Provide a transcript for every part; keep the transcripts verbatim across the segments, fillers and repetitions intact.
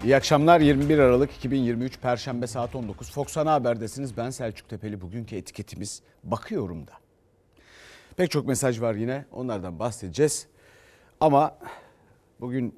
İyi akşamlar. yirmi bir Aralık iki bin yirmi üç Perşembe saat on dokuz. Fox Ana Haber'desiniz. Ben Selçuk Tepeli. Bugünkü etiketimiz bakıyorum da. Pek çok mesaj var yine. Onlardan bahsedeceğiz. Ama bugün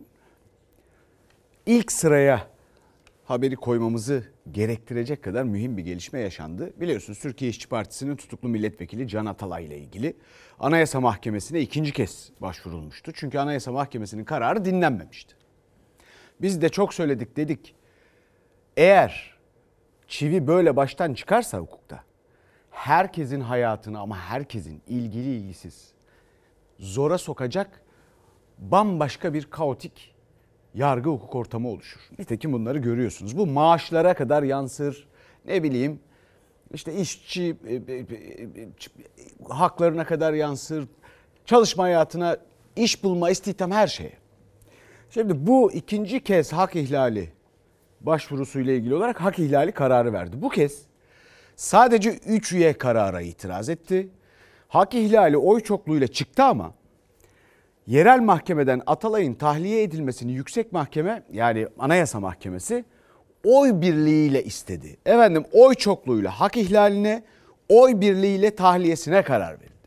ilk sıraya haberi koymamızı gerektirecek kadar mühim bir gelişme yaşandı. Biliyorsunuz Türkiye İşçi Partisi'nin tutuklu milletvekili Can Atalay ile ilgili Anayasa Mahkemesi'ne ikinci kez başvurulmuştu. Çünkü Anayasa Mahkemesi'nin kararı dinlenmemişti. Biz de çok söyledik, dedik. Eğer çivi böyle baştan çıkarsa hukukta, herkesin hayatını ama herkesin ilgili ilgisiz zora sokacak bambaşka bir kaotik yargı hukuk ortamı oluşur. Nitekim bunları görüyorsunuz. Bu maaşlara kadar yansır, ne bileyim işte işçi haklarına kadar yansır, çalışma hayatına, iş bulma, istihdam, her şeye. Şimdi bu ikinci kez hak ihlali başvurusuyla ilgili olarak hak ihlali kararı verdi. Bu kez sadece üç üye karara itiraz etti. Hak ihlali oy çokluğuyla çıktı ama yerel mahkemeden Atalay'ın tahliye edilmesini yüksek mahkeme, yani Anayasa Mahkemesi oy birliğiyle istedi. Efendim oy çokluğuyla hak ihlaline, oy birliğiyle tahliyesine karar verdi.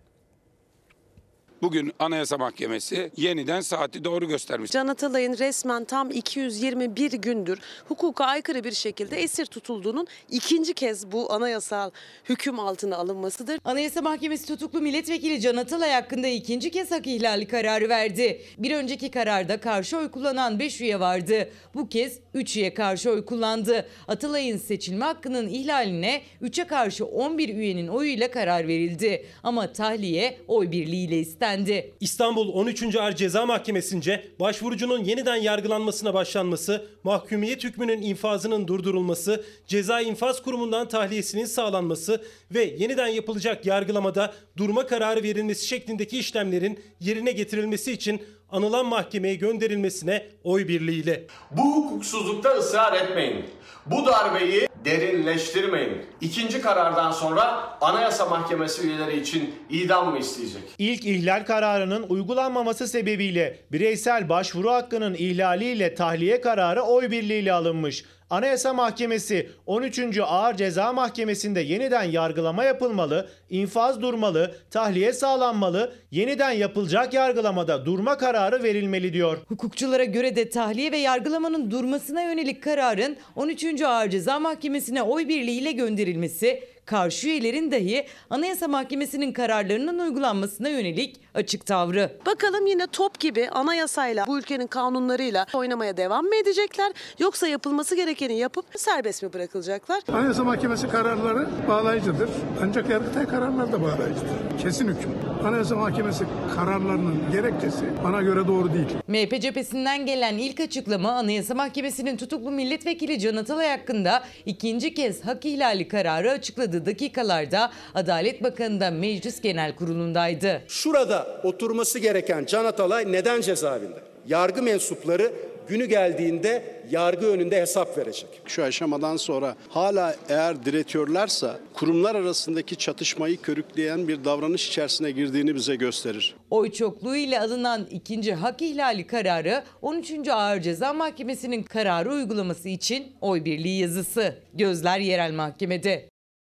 Bugün Anayasa Mahkemesi yeniden saati doğru göstermiş. Can Atalay'ın resmen tam iki yüz yirmi bir gündür hukuka aykırı bir şekilde esir tutulduğunun ikinci kez bu anayasal hüküm altına alınmasıdır. Anayasa Mahkemesi tutuklu milletvekili Can Atalay hakkında ikinci kez hak ihlali kararı verdi. Bir önceki kararda karşı oy kullanan beş üye vardı. Bu kez üç üye karşı oy kullandı. Atalay'ın seçilme hakkının ihlaline üçe karşı on bir üyenin oyuyla karar verildi. Ama tahliye oy birliğiyle istendi. İstanbul on üçüncü Ağır Ceza Mahkemesi'nce başvurucunun yeniden yargılanmasına başlanması, mahkumiyet hükmünün infazının durdurulması, Ceza İnfaz Kurumu'ndan tahliyesinin sağlanması ve yeniden yapılacak yargılamada durma kararı verilmesi şeklindeki işlemlerin yerine getirilmesi için anılan mahkemeye gönderilmesine oy birliğiyle. Bu hukuksuzlukta ısrar etmeyin. Bu darbeyi derinleştirmeyin. İkinci karardan sonra Anayasa Mahkemesi üyeleri için idam mı isteyecek? İlk ihlal kararının uygulanmaması sebebiyle bireysel başvuru hakkının ihlaliyle tahliye kararı oy birliğiyle alınmış. Anayasa Mahkemesi on üçüncü Ağır Ceza Mahkemesi'nde yeniden yargılama yapılmalı, infaz durmalı, tahliye sağlanmalı, yeniden yapılacak yargılamada durma kararı verilmeli diyor. Hukukçulara göre de tahliye ve yargılamanın durmasına yönelik kararın on üçüncü Ağır Ceza Mahkemesi'ne oy birliğiyle gönderilmesi, karşı üyelerin dahi Anayasa Mahkemesi'nin kararlarının uygulanmasına yönelik açık tavrı. Bakalım yine top gibi anayasayla, bu ülkenin kanunlarıyla oynamaya devam mı edecekler? Yoksa yapılması gerekeni yapıp serbest mi bırakılacaklar? Anayasa Mahkemesi kararları bağlayıcıdır. Ancak Yargıtay kararları da bağlayıcıdır. Kesin hüküm. Anayasa Mahkemesi kararlarının gerekçesi bana göre doğru değil. M H P cephesinden gelen ilk açıklama Anayasa Mahkemesi'nin tutuklu milletvekili Can Atalay hakkında ikinci kez hak ihlali kararı açıkladığı dakikalarda Adalet Bakanı da Meclis Genel Kurulu'ndaydı. Şurada oturması gereken Can Atalay neden cezaevinde? Yargı mensupları günü geldiğinde yargı önünde hesap verecek. Şu aşamadan sonra hala eğer diretiyorlarsa kurumlar arasındaki çatışmayı körükleyen bir davranış içerisine girdiğini bize gösterir. Oy çokluğu ile alınan ikinci hak ihlali kararı on üçüncü Ağır Ceza Mahkemesi'nin kararı uygulaması için oy birliği yazısı. Gözler yerel mahkemede.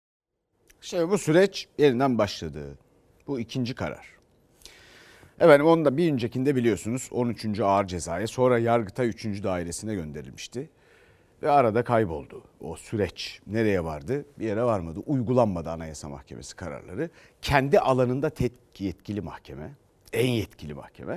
İşte bu süreç yeniden başladı. Bu ikinci karar. Efendim onu da bir öncekinde biliyorsunuz on üçüncü Ağır Ceza'ya, sonra Yargıtay üçüncü Dairesi'ne gönderilmişti. Ve arada kayboldu o süreç. Nereye vardı? Bir yere varmadı. Uygulanmadı Anayasa Mahkemesi kararları. Kendi alanında tek yetkili mahkeme, en yetkili mahkeme.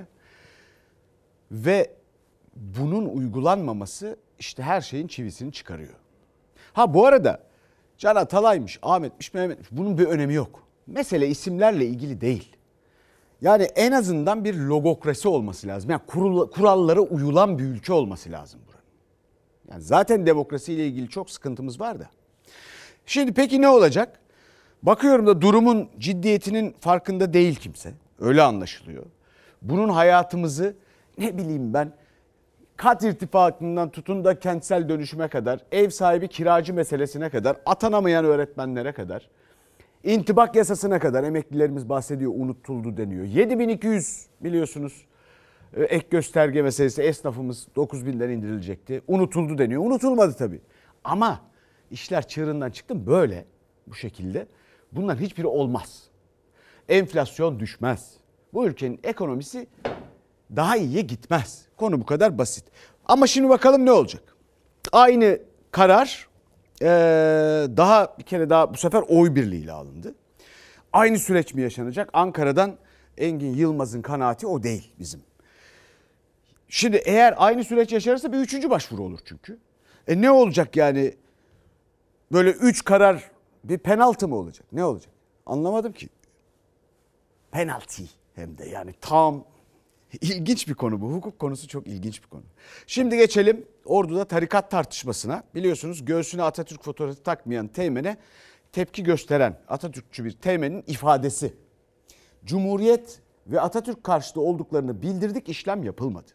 Ve bunun uygulanmaması işte her şeyin çivisini çıkarıyor. Ha bu arada Can Atalay'mış, Ahmet'miş, Mehmet'miş, bunun bir önemi yok. Mesele isimlerle ilgili değil. Yani en azından bir logokrasi olması lazım. Yani kurallara uyulan bir ülke olması lazım buranın. Yani zaten demokrasiyle ilgili çok sıkıntımız var da. Şimdi peki ne olacak? Bakıyorum da durumun ciddiyetinin farkında değil kimse. Öyle anlaşılıyor. Bunun hayatımızı ne bileyim ben kat irtifakından tutun da kentsel dönüşüme kadar, ev sahibi kiracı meselesine kadar, atanamayan öğretmenlere kadar, intibak yasasına kadar emeklilerimiz bahsediyor, unutuldu deniyor. yedi bin iki yüz biliyorsunuz Ek gösterge meselesi, esnafımız dokuz binden indirilecekti. Unutuldu deniyor. Unutulmadı tabii. Ama işler çığırından çıktı mı böyle bu şekilde bunların hiçbiri olmaz. Enflasyon düşmez. Bu ülkenin ekonomisi daha iyiye gitmez. Konu bu kadar basit. Ama şimdi bakalım ne olacak? Aynı karar ee, daha bir kere daha bu sefer oy birliğiyle alındı. Aynı süreç mi yaşanacak? Ankara'dan Engin Yılmaz'ın kanaati o değil bizim. Şimdi eğer aynı süreç yaşarsa bir üçüncü başvuru olur çünkü. E ne olacak yani? Böyle üç karar bir penaltı mı olacak? Ne olacak? Anlamadım ki. Penaltı hem de yani tam ilginç bir konu bu. Hukuk konusu çok ilginç bir konu. Şimdi geçelim Ordu'da tarikat tartışmasına. Biliyorsunuz göğsüne Atatürk fotoğrafı takmayan Teğmen'e tepki gösteren Atatürkçü bir Teğmen'in ifadesi. Cumhuriyet ve Atatürk karşıtı olduklarını bildirdik, işlem yapılmadı.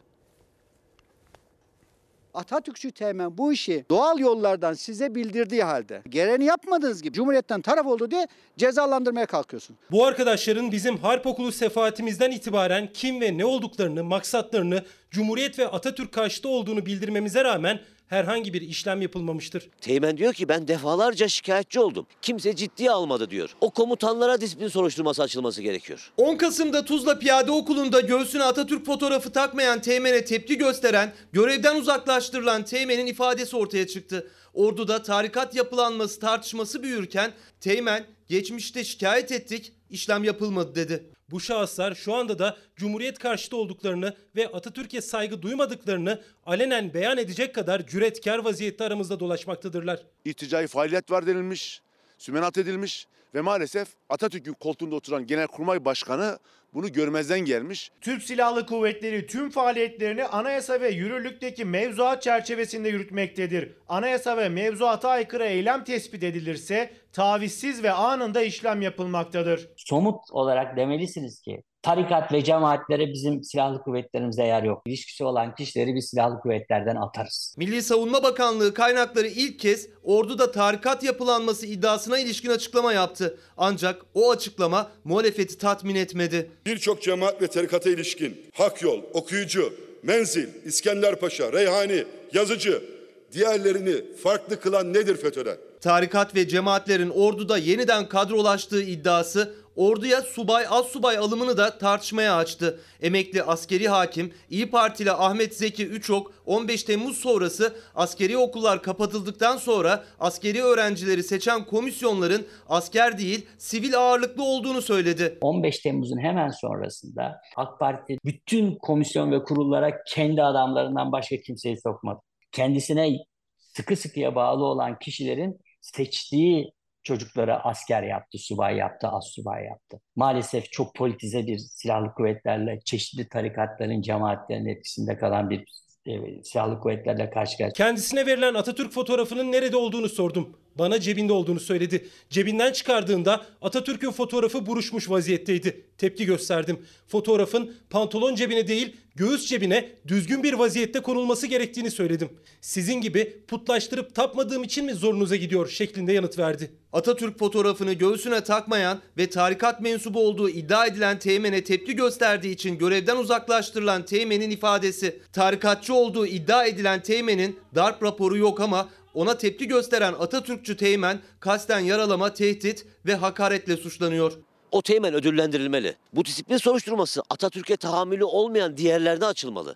Atatürkçü Teğmen bu işi doğal yollardan size bildirdiği halde gereğini yapmadığınız gibi Cumhuriyet'ten taraf oldu diye cezalandırmaya kalkıyorsun. Bu arkadaşların bizim harp okulu sefaatimizden itibaren kim ve ne olduklarını, maksatlarını, Cumhuriyet ve Atatürk karşıtı olduğunu bildirmemize rağmen herhangi bir işlem yapılmamıştır. Teğmen diyor ki ben defalarca şikayetçi oldum. Kimse ciddiye almadı diyor. O komutanlara disiplin soruşturması açılması gerekiyor. on Kasım'da Tuzla Piyade Okulu'nda göğsüne Atatürk fotoğrafı takmayan Teğmen'e tepki gösteren, görevden uzaklaştırılan Teğmen'in ifadesi ortaya çıktı. Ordu'da tarikat yapılanması tartışması büyürken Teğmen geçmişte şikayet ettik, işlem yapılmadı dedi. Bu şahıslar şu anda da Cumhuriyet karşıtı olduklarını ve Atatürk'e saygı duymadıklarını alenen beyan edecek kadar cüretkar vaziyette aramızda dolaşmaktadırlar. İrticai faaliyet var denilmiş, sümenat edilmiş ve maalesef Atatürk'ün koltuğunda oturan Genelkurmay Başkanı bunu görmezden gelmiş. Türk Silahlı Kuvvetleri tüm faaliyetlerini anayasa ve yürürlükteki mevzuat çerçevesinde yürütmektedir. Anayasa ve mevzuata aykırı eylem tespit edilirse tavizsiz ve anında işlem yapılmaktadır. Somut olarak demelisiniz ki tarikat ve cemaatlere bizim silahlı kuvvetlerimizde yer yok. İlişkisi olan kişileri biz silahlı kuvvetlerden atarız. Milli Savunma Bakanlığı kaynakları ilk kez Ordu'da tarikat yapılanması iddiasına ilişkin açıklama yaptı. Ancak o açıklama muhalefeti tatmin etmedi. Birçok cemaat ve tarikata ilişkin Hak Yol, Okuyucu, Menzil, İskenderpaşa, Reyhani, Yazıcı, diğerlerini farklı kılan nedir FETÖ'den? Tarikat ve cemaatlerin Ordu'da yeniden kadrolaştığı iddiası Ordu'ya subay assubay alımını da tartışmaya açtı. Emekli askeri hakim İyi Partili Ahmet Zeki Üçok on beş Temmuz sonrası askeri okullar kapatıldıktan sonra askeri öğrencileri seçen komisyonların asker değil sivil ağırlıklı olduğunu söyledi. on beş Temmuz'un hemen sonrasında AK Parti bütün komisyon ve kurullara kendi adamlarından başka kimseyi sokmadı. Kendisine sıkı sıkıya bağlı olan kişilerin seçtiği çocuklara asker yaptı, subay yaptı, astsubay yaptı. Maalesef çok politize bir silahlı kuvvetlerle, çeşitli tarikatların, cemaatlerin etkisinde kalan bir e, silahlı kuvvetlerle karşı karşıya. Kendisine verilen Atatürk fotoğrafının nerede olduğunu sordum. Bana cebinde olduğunu söyledi. Cebinden çıkardığında Atatürk'ün fotoğrafı buruşmuş vaziyetteydi. Tepki gösterdim. Fotoğrafın pantolon cebine değil, göğüs cebine düzgün bir vaziyette konulması gerektiğini söyledim. Sizin gibi putlaştırıp tapmadığım için mi zorunuza gidiyor şeklinde yanıt verdi. Atatürk fotoğrafını göğsüne takmayan ve tarikat mensubu olduğu iddia edilen Teğmen'e tepki gösterdiği için görevden uzaklaştırılan Teğmen'in ifadesi. Tarikatçı olduğu iddia edilen Teğmen'in darp raporu yok ama ona tepki gösteren Atatürkçü Teğmen kasten yaralama, tehdit ve hakaretle suçlanıyor. O Teğmen ödüllendirilmeli. Bu disiplin soruşturması Atatürk'e tahammülü olmayan diğerlerine açılmalı.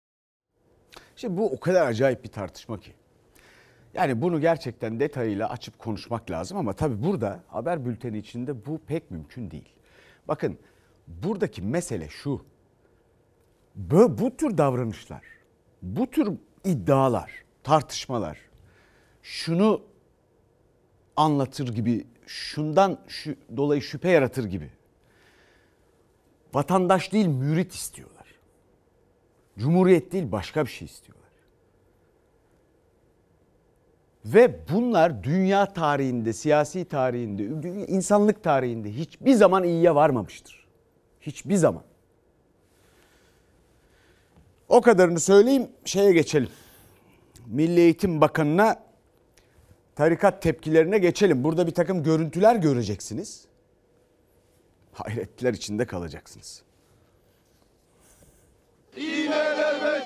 Şimdi bu o kadar acayip bir tartışma ki. Yani bunu gerçekten detayıyla açıp konuşmak lazım ama tabii burada haber bülteni içinde bu pek mümkün değil. Bakın buradaki mesele şu. Bu, bu tür davranışlar, bu tür iddialar, tartışmalar şunu anlatır gibi, şundan şu, dolayı şüphe yaratır gibi. Vatandaş değil mürit istiyorlar. Cumhuriyet değil başka bir şey istiyorlar. Ve bunlar dünya tarihinde, siyasi tarihinde, insanlık tarihinde hiçbir zaman iyiye varmamıştır. Hiçbir zaman. O kadarını söyleyeyim, şeye geçelim. Milli Eğitim Bakanı'na tarikat tepkilerine geçelim. Burada bir takım görüntüler göreceksiniz. Hayretler içinde kalacaksınız.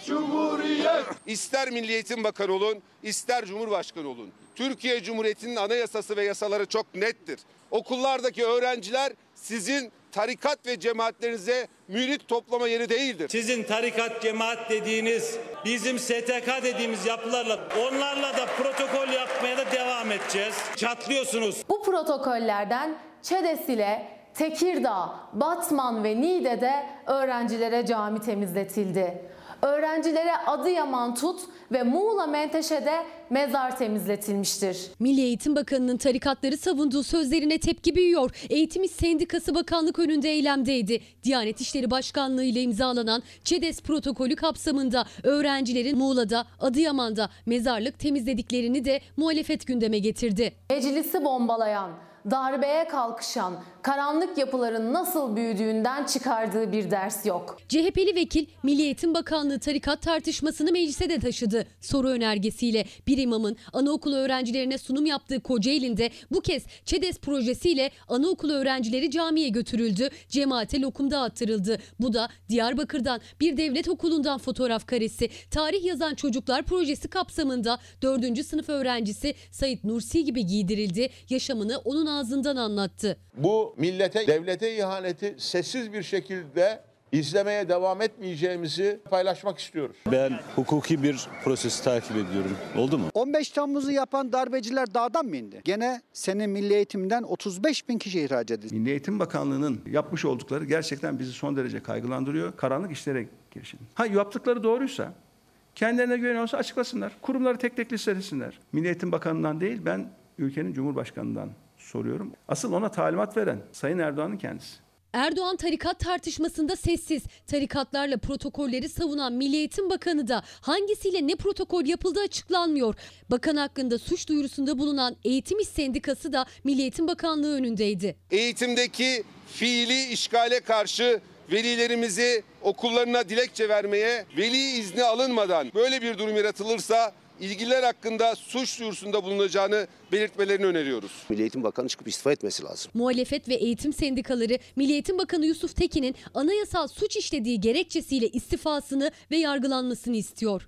Cumhuriyet. İster Milli Eğitim Bakanı olun, ister Cumhurbaşkanı olun. Türkiye Cumhuriyeti'nin anayasası ve yasaları çok nettir. Okullardaki öğrenciler sizin tarikat ve cemaatlerinize mürit toplama yeri değildir. Sizin tarikat, cemaat dediğiniz, bizim S T K dediğimiz yapılarla, onlarla da protokol yapmaya da devam edeceğiz. Çatlıyorsunuz. Bu protokollerden ÇEDES ile Tekirdağ, Batman ve Niğde'de öğrencilere cami temizletildi. Öğrencilere Adıyaman Tut ve Muğla Menteşe'de mezar temizletilmiştir. Milli Eğitim Bakanı'nın tarikatları savunduğu sözlerine tepki büyüyor. Eğitim İş Sendikası bakanlık önünde eylemdeydi. Diyanet İşleri Başkanlığı ile imzalanan ÇEDES protokolü kapsamında öğrencilerin Muğla'da, Adıyaman'da mezarlık temizlediklerini de muhalefet gündeme getirdi. Meclisi bombalayan, darbeye kalkışan, karanlık yapıların nasıl büyüdüğünden çıkardığı bir ders yok. C H P'li vekil Milli Eğitim Bakanlığı tarikat tartışmasını meclise de taşıdı. Soru önergesiyle bir imamın anaokulu öğrencilerine sunum yaptığı Kocaeli'nde bu kez ÇEDES projesiyle anaokulu öğrencileri camiye götürüldü. Cemaate lokum dağıttırıldı. Bu da Diyarbakır'dan bir devlet okulundan fotoğraf karesi. Tarih yazan çocuklar projesi kapsamında dördüncü sınıf öğrencisi Sait Nursi gibi giydirildi. Yaşamını onun ağzından anlattı. Bu millete, devlete ihaneti sessiz bir şekilde izlemeye devam etmeyeceğimizi paylaşmak istiyoruz. Ben hukuki bir prosesi takip ediyorum. Oldu mu? on beş Temmuz'u yapan darbeciler dağdan mı indi? Gene senin milli eğitimden otuz beş bin kişi ihraç edildi. Milli Eğitim Bakanlığı'nın yapmış oldukları gerçekten bizi son derece kaygılandırıyor. Karanlık işlere girişin. Ha yaptıkları doğruysa, kendilerine güveniyorsa açıklasınlar. Kurumları tek tek listelesinler. Milli Eğitim Bakanı'ndan değil, ben ülkenin Cumhurbaşkanı'ndan soruyorum. Asıl ona talimat veren Sayın Erdoğan'ın kendisi. Erdoğan tarikat tartışmasında sessiz. Tarikatlarla protokolleri savunan Milli Eğitim Bakanı da hangisiyle ne protokol yapıldığı açıklanmıyor. Bakan hakkında suç duyurusunda bulunan Eğitim İş Sendikası da Milli Eğitim Bakanlığı önündeydi. Eğitimdeki fiili işgale karşı velilerimizi okullarına dilekçe vermeye veli izni alınmadan böyle bir durum yaratılırsa ilgililer hakkında suç duyurusunda bulunacağını belirtmelerini öneriyoruz. Milli Eğitim Bakanı çıkıp istifa etmesi lazım. Muhalefet ve eğitim sendikaları Milli Eğitim Bakanı Yusuf Tekin'in anayasal suç işlediği gerekçesiyle istifasını ve yargılanmasını istiyor.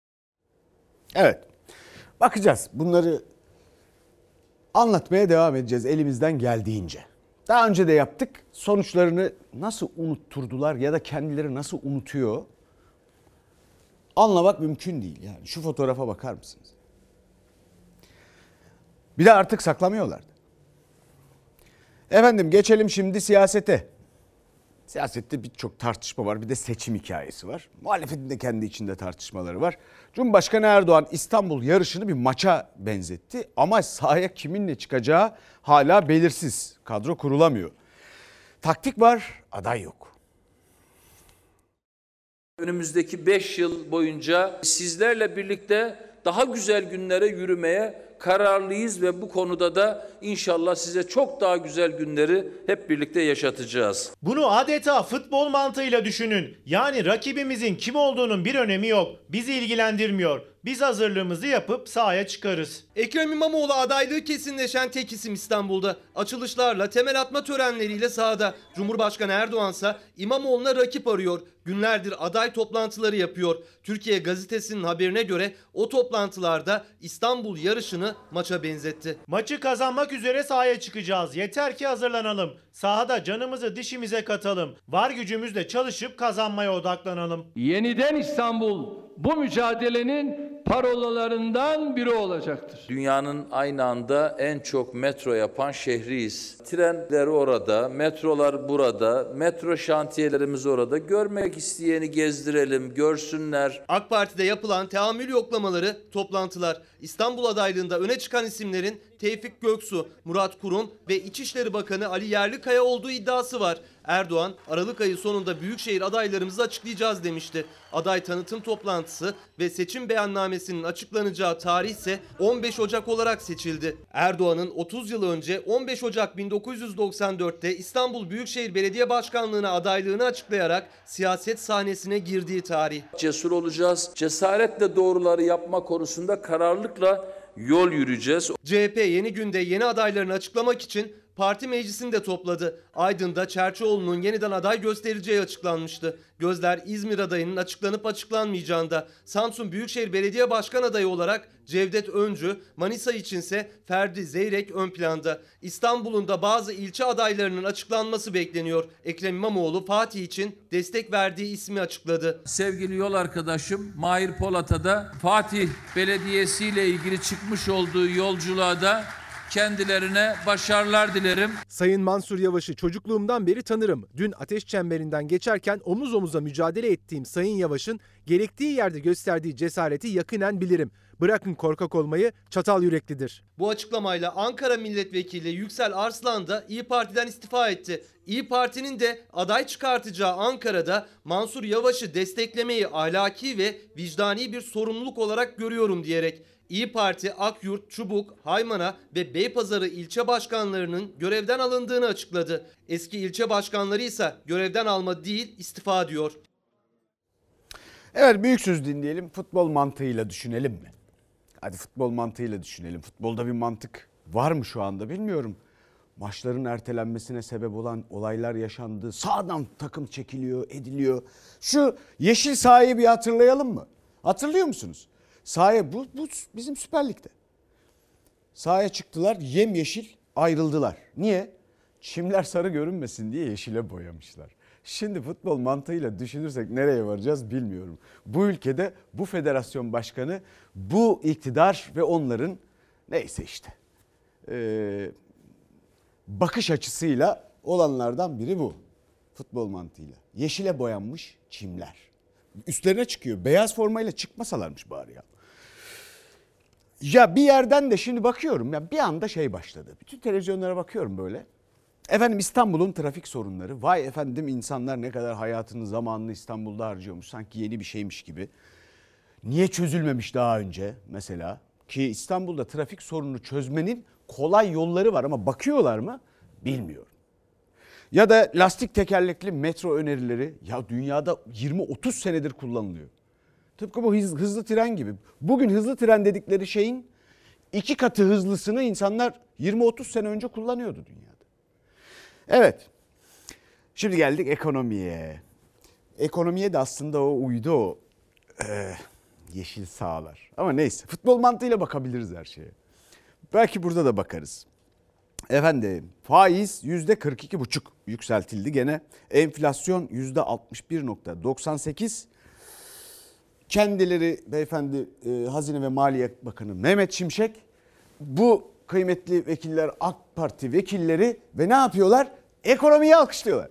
Evet. Bakacağız. Bunları anlatmaya devam edeceğiz elimizden geldiğince. Daha önce de yaptık. Sonuçlarını nasıl unutturdular ya da kendileri nasıl unutuyor anlamak mümkün değil. Yani şu fotoğrafa bakar mısınız? Bir de artık saklamıyorlardı. Efendim geçelim şimdi siyasete. Siyasette birçok tartışma var. Bir de seçim hikayesi var. Muhalefetin de kendi içinde tartışmaları var. Cumhurbaşkanı Erdoğan İstanbul yarışını bir maça benzetti. Ama sahaya kiminle çıkacağı hala belirsiz. Kadro kurulamıyor. Taktik var, aday yok. Önümüzdeki beş yıl boyunca sizlerle birlikte daha güzel günlere yürümeye kararlıyız ve bu konuda da inşallah size çok daha güzel günleri hep birlikte yaşatacağız. Bunu adeta futbol mantığıyla düşünün. Yani rakibimizin kim olduğunun bir önemi yok. Bizi ilgilendirmiyor. Biz hazırlığımızı yapıp sahaya çıkarız. Ekrem İmamoğlu adaylığı kesinleşen tek isim İstanbul'da. Açılışlarla, temel atma törenleriyle sahada. Cumhurbaşkanı Erdoğan ise İmamoğlu'na rakip arıyor. Günlerdir aday toplantıları yapıyor. Türkiye Gazetesi'nin haberine göre o toplantılarda İstanbul yarışını maça benzetti. Maçı kazanmak üzere sahaya çıkacağız. Yeter ki hazırlanalım. Sahada canımızı dişimize katalım. Var gücümüzle çalışıp kazanmaya odaklanalım. Yeniden İstanbul bu mücadelenin parolalarından biri olacaktır. Dünyanın aynı anda en çok metro yapan şehriyiz. Trenler orada, metrolar burada, metro şantiyelerimiz orada. Görmek isteyeni gezdirelim, görsünler. AK Parti'de yapılan teamül yoklamaları, toplantılar. İstanbul adaylığında öne çıkan isimlerin Tevfik Göksu, Murat Kurum ve İçişleri Bakanı Ali Yerlikaya olduğu iddiası var. Erdoğan, Aralık ayı sonunda büyükşehir adaylarımızı açıklayacağız demişti. Aday tanıtım toplantısı ve seçim beyannamesinin açıklanacağı tarih ise on beş Ocak olarak seçildi. Erdoğan'ın otuz yıl önce on beş Ocak bin dokuz yüz doksan dört'te İstanbul Büyükşehir Belediye Başkanlığı'na adaylığını açıklayarak siyaset sahnesine girdiği tarih. Cesur olacağız, cesaretle doğruları yapma konusunda kararlılıkla yol yürüyeceğiz. C H P Yeni Gün'de yeni adaylarını açıklamak için parti meclisini de topladı. Aydın'da Çerçioğlu'nun yeniden aday gösterileceği açıklanmıştı. Gözler İzmir adayının açıklanıp açıklanmayacağında. Samsun Büyükşehir Belediye Başkan adayı olarak Cevdet Öncü, Manisa içinse Ferdi Zeyrek ön planda. İstanbul'un da bazı ilçe adaylarının açıklanması bekleniyor. Ekrem İmamoğlu Fatih için destek verdiği ismi açıkladı. Sevgili yol arkadaşım Mahir Polat'a da Fatih Belediyesi ile ilgili çıkmış olduğu yolculuğa da kendilerine başarılar dilerim. Sayın Mansur Yavaş'ı çocukluğumdan beri tanırım. Dün ateş çemberinden geçerken omuz omuza mücadele ettiğim Sayın Yavaş'ın gerektiği yerde gösterdiği cesareti yakinen bilirim. Bırakın korkak olmayı, çatal yüreklidir. Bu açıklamayla Ankara Milletvekili Yüksel Arslan da İYİ Parti'den istifa etti. İYİ Parti'nin de aday çıkartacağı Ankara'da Mansur Yavaş'ı desteklemeyi ahlaki ve vicdani bir sorumluluk olarak görüyorum diyerek İYİ Parti, Akyurt, Çubuk, Haymana ve Beypazarı ilçe başkanlarının görevden alındığını açıkladı. Eski ilçe başkanları ise görevden alma değil istifa diyor. Evet, büyük söz dinleyelim, futbol mantığıyla düşünelim mi? Hadi futbol mantığıyla düşünelim. Futbolda bir mantık var mı şu anda bilmiyorum. Maçların ertelenmesine sebep olan olaylar yaşandı. Sağdan takım çekiliyor, ediliyor. Şu yeşil sahayı bir hatırlayalım mı? Hatırlıyor musunuz? Sahaya bu, bu bizim Süper Lig'de. Sahaya çıktılar, yemyeşil ayrıldılar. Niye? Çimler sarı görünmesin diye yeşile boyamışlar. Şimdi futbol mantığıyla düşünürsek nereye varacağız bilmiyorum. Bu ülkede bu federasyon başkanı, bu iktidar ve onların neyse işte ee, bakış açısıyla olanlardan biri bu. Futbol mantığıyla. Yeşile boyanmış çimler. Üstlerine çıkıyor. Beyaz formayla çıkmasalarmış bari ya. Ya bir yerden de şimdi bakıyorum ya bir anda şey başladı. Bütün televizyonlara bakıyorum böyle. Efendim İstanbul'un trafik sorunları. Vay efendim insanlar ne kadar hayatını zamanını İstanbul'da harcıyormuş. Sanki yeni bir şeymiş gibi. Niye çözülmemiş daha önce mesela? Ki İstanbul'da trafik sorununu çözmenin kolay yolları var ama bakıyorlar mı? Bilmiyorum. Ya da lastik tekerlekli metro önerileri ya dünyada yirmi otuz senedir kullanılıyor. Tıpkı bu hız, hızlı tren gibi. Bugün hızlı tren dedikleri şeyin iki katı hızlısını insanlar yirmi otuz sene önce kullanıyordu dünyada. Evet. Şimdi geldik ekonomiye. Ekonomiye de aslında o uydu o e, yeşil sahalar. Ama neyse futbol mantığıyla bakabiliriz her şeye. Belki burada da bakarız. Efendim faiz yüzde kırk iki buçuk yükseltildi gene. Enflasyon yüzde altmış bir nokta doksan sekiz. Kendileri beyefendi e, Hazine ve Maliye Bakanı Mehmet Şimşek, bu kıymetli vekiller AK Parti vekilleri ve ne yapıyorlar? Ekonomiyi alkışlıyorlar.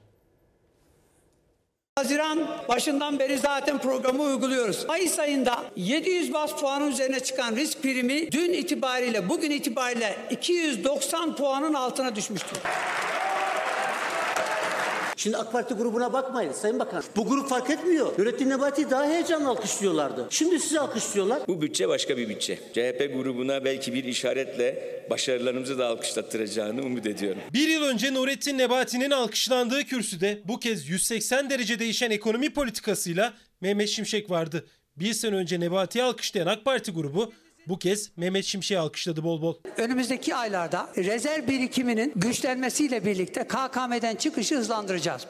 Haziran başından beri zaten programı uyguluyoruz. Mayıs ayında yedi yüz baz puanın üzerine çıkan risk primi dün itibariyle bugün itibariyle iki yüz doksan puanın altına düşmüştür. Şimdi AK Parti grubuna bakmayın Sayın Bakan. Bu grup fark etmiyor. Nurettin Nebati'yi daha heyecanlı alkışlıyorlardı. Şimdi sizi alkışlıyorlar. Bu bütçe başka bir bütçe. C H P grubuna belki bir işaretle başarılarımızı da alkışlattıracağını umut ediyorum. Bir yıl önce Nurettin Nebati'nin alkışlandığı kürsüde bu kez yüz seksen derece değişen ekonomi politikasıyla Mehmet Şimşek vardı. Bir sene önce Nebati'yi alkışlayan AK Parti grubu bu kez Mehmet Şimşek'i alkışladı bol bol. Önümüzdeki aylarda rezerv birikiminin güçlenmesiyle birlikte K K M'den çıkışı hızlandıracağız.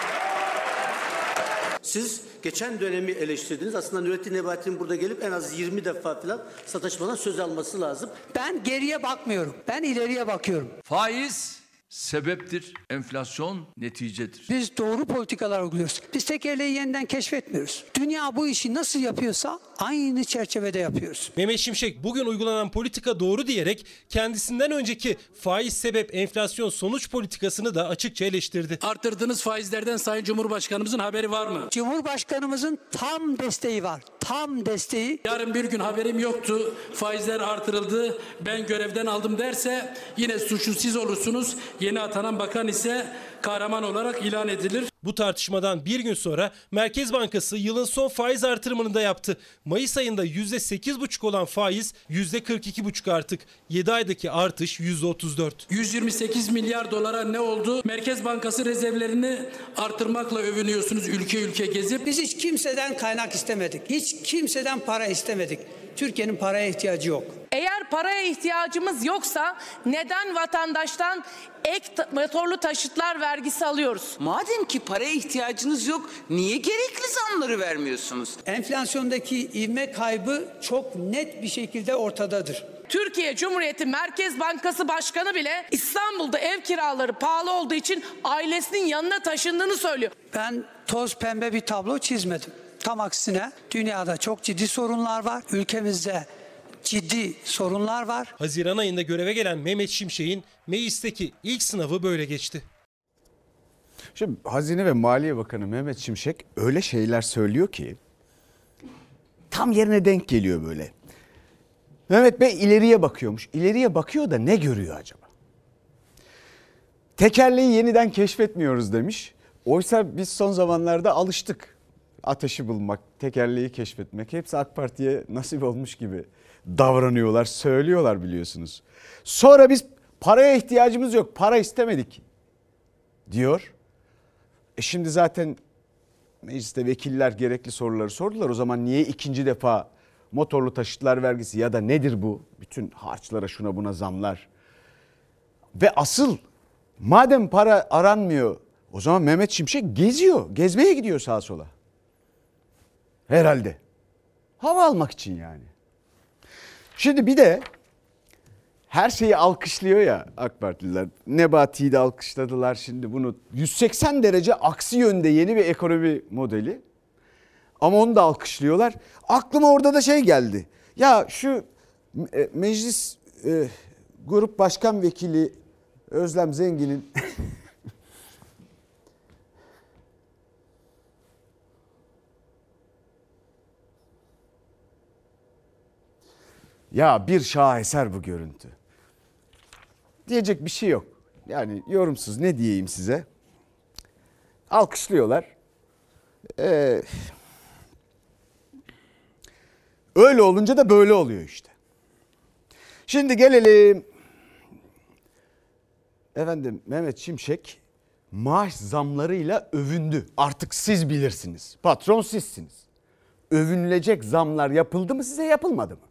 Siz geçen dönemi eleştirdiniz. Aslında Nurettin Nebati'nin burada gelip en az yirmi defa falan sataşmadan söz alması lazım. Ben geriye bakmıyorum. Ben ileriye bakıyorum. Faiz sebeptir, enflasyon neticedir. Biz doğru politikalar uyguluyoruz. Biz tekerleği yeniden keşfetmiyoruz. Dünya bu işi nasıl yapıyorsa aynı çerçevede yapıyoruz. Mehmet Şimşek bugün uygulanan politika doğru diyerek kendisinden önceki faiz sebep enflasyon sonuç politikasını da açıkça eleştirdi. Arttırdığınız faizlerden Sayın Cumhurbaşkanımızın haberi var mı? Cumhurbaşkanımızın tam desteği var. Tam desteği. Yarın bir gün haberim yoktu. Faizler artırıldı. Ben görevden aldım derse yine suçlu siz olursunuz. Yeni atanan bakan ise kahraman olarak ilan edilir. Bu tartışmadan bir gün sonra Merkez Bankası yılın son faiz artırımını da yaptı. Mayıs ayında yüzde sekiz buçuk olan faiz yüzde kırk iki buçuk artık. yedi aydaki artış yüzde otuz dört. yüz yirmi sekiz milyar dolara ne oldu? Merkez Bankası rezervlerini artırmakla övünüyorsunuz ülke ülke gezip. Biz hiç kimseden kaynak istemedik. Hiç kimseden para istemedik. Türkiye'nin paraya ihtiyacı yok. Eğer paraya ihtiyacımız yoksa neden vatandaştan ek motorlu taşıtlar vergisi alıyoruz? Madem ki paraya ihtiyacınız yok, niye gerekli zamları vermiyorsunuz? Enflasyondaki ivme kaybı çok net bir şekilde ortadadır. Türkiye Cumhuriyeti Merkez Bankası Başkanı bile İstanbul'da ev kiraları pahalı olduğu için ailesinin yanına taşındığını söylüyor. Ben toz pembe bir tablo çizmedim. Tam aksine dünyada çok ciddi sorunlar var. Ülkemizde ciddi sorunlar var. Haziran ayında göreve gelen Mehmet Şimşek'in meclisteki ilk sınavı böyle geçti. Şimdi Hazine ve Maliye Bakanı Mehmet Şimşek öyle şeyler söylüyor ki tam yerine denk geliyor böyle. Mehmet Bey ileriye bakıyormuş. İleriye bakıyor da ne görüyor acaba? Tekerleği yeniden keşfetmiyoruz demiş. Oysa biz son zamanlarda alıştık. Ateşi bulmak, tekerleği keşfetmek hepsi AK Parti'ye nasip olmuş gibi davranıyorlar, söylüyorlar biliyorsunuz. Sonra biz paraya ihtiyacımız yok, para istemedik diyor. E şimdi zaten mecliste vekiller gerekli soruları sordular. O zaman niye ikinci defa motorlu taşıtlar vergisi ya da nedir bu? Bütün harçlara şuna buna zamlar. Ve asıl madem para aranmıyor o zaman Mehmet Şimşek geziyor. Gezmeye gidiyor sağa sola. Herhalde. Hava almak için yani. Şimdi bir de her şeyi alkışlıyor ya AK Partililer. Nebati'yi de alkışladılar şimdi bunu. yüz seksen derece aksi yönde yeni bir ekonomi modeli. Ama onu da alkışlıyorlar. Aklıma orada da şey geldi. Ya şu meclis e, grup başkan vekili Özlem Zengin'in ya bir şaheser bu görüntü. Diyecek bir şey yok. Yani yorumsuz ne diyeyim size. Alkışlıyorlar. Ee, öyle olunca da böyle oluyor işte. Şimdi gelelim. Efendim Mehmet Şimşek maaş zamlarıyla övündü. Artık siz bilirsiniz. Patron sizsiniz. Övünülecek zamlar yapıldı mı size, yapılmadı mı?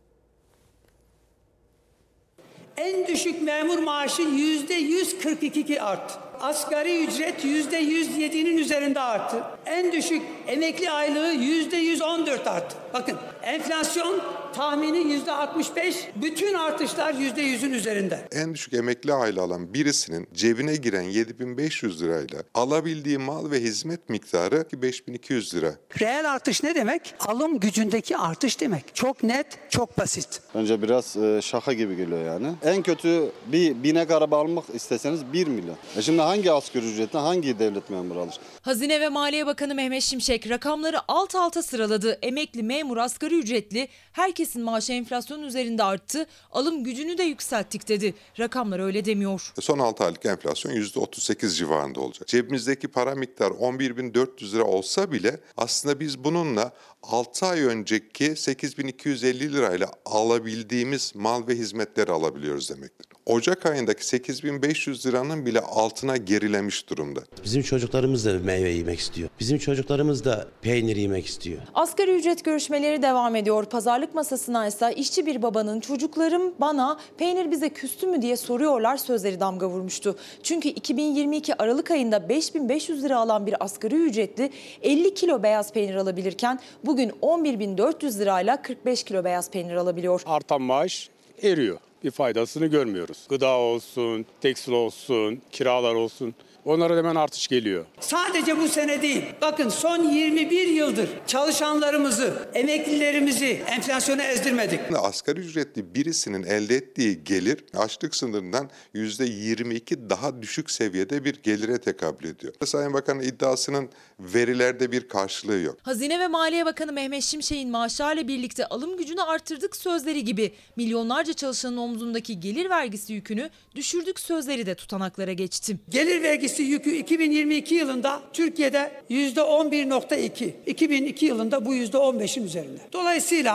En düşük memur maaşı yüzde yüz kırk iki arttı. Asgari ücret yüzde yüz yedi'nin üzerinde arttı. En düşük emekli aylığı yüzde yüz on dört arttı. Bakın enflasyon tahmini yüzde altmış beş, bütün artışlar yüzde yüz'ün üzerinde. En düşük emekli aylığı alan birisinin cebine giren yedi bin beş yüz lirayla alabildiği mal ve hizmet miktarı beş bin iki yüz lira. Reel artış ne demek? Alım gücündeki artış demek. Çok net, çok basit. Bence biraz şaka gibi geliyor yani. En kötü bir binek araba almak isteseniz bir milyon. E şimdi hangi asgari ücretle hangi devlet memuru alır? Hazine ve Maliye Bakanı Mehmet Şimşek rakamları alt alta sıraladı. Emekli, memur, asgari ücretli herkesin maaşı enflasyonun üzerinde arttı. Alım gücünü de yükselttik dedi. Rakamlar öyle demiyor. Son altı aylık enflasyon yüzde otuz sekiz civarında olacak. Cebimizdeki para miktarı on bir bin dört yüz lira olsa bile aslında biz bununla altı ay önceki sekiz bin iki yüz elli lirayla alabildiğimiz mal ve hizmetleri alabiliyoruz demektir. Ocak ayındaki sekiz bin beş yüz liranın bile altına gerilemiş durumda. Bizim çocuklarımız da meyve yemek istiyor. Bizim çocuklarımız da peynir yemek istiyor. Asgari ücret görüşmeleri devam ediyor. Pazarlık masasına ise işçi bir babanın çocuklarım bana peynir bize küstü mü diye soruyorlar sözleri damga vurmuştu. Çünkü iki bin yirmi iki Aralık ayında beş bin beş yüz lira alan bir asgari ücretli elli kilo beyaz peynir alabilirken bugün on bir bin dört yüz lirayla kırk beş kilo beyaz peynir alabiliyor. Artan maaş eriyor. Bir faydasını görmüyoruz. Gıda olsun, tekstil olsun, kiralar olsun. Onlara hemen artış geliyor. Sadece bu sene değil. Bakın son yirmi bir yıldır çalışanlarımızı, emeklilerimizi enflasyona ezdirmedik. Asgari ücretli birisinin elde ettiği gelir açlık sınırından yüzde yirmi iki daha düşük seviyede bir gelire tekabül ediyor. Sayın Bakan'ın iddiasının verilerde bir karşılığı yok. Hazine ve Maliye Bakanı Mehmet Şimşek'in maaşlarla birlikte alım gücünü arttırdık sözleri gibi milyonlarca çalışanın omzundaki gelir vergisi yükünü düşürdük sözleri de tutanaklara geçti. Gelir vergisi yükü iki bin yirmi iki yılında Türkiye'de yüzde on bir nokta iki. iki bin iki yılında bu yüzde on beş'in üzerinde. Dolayısıyla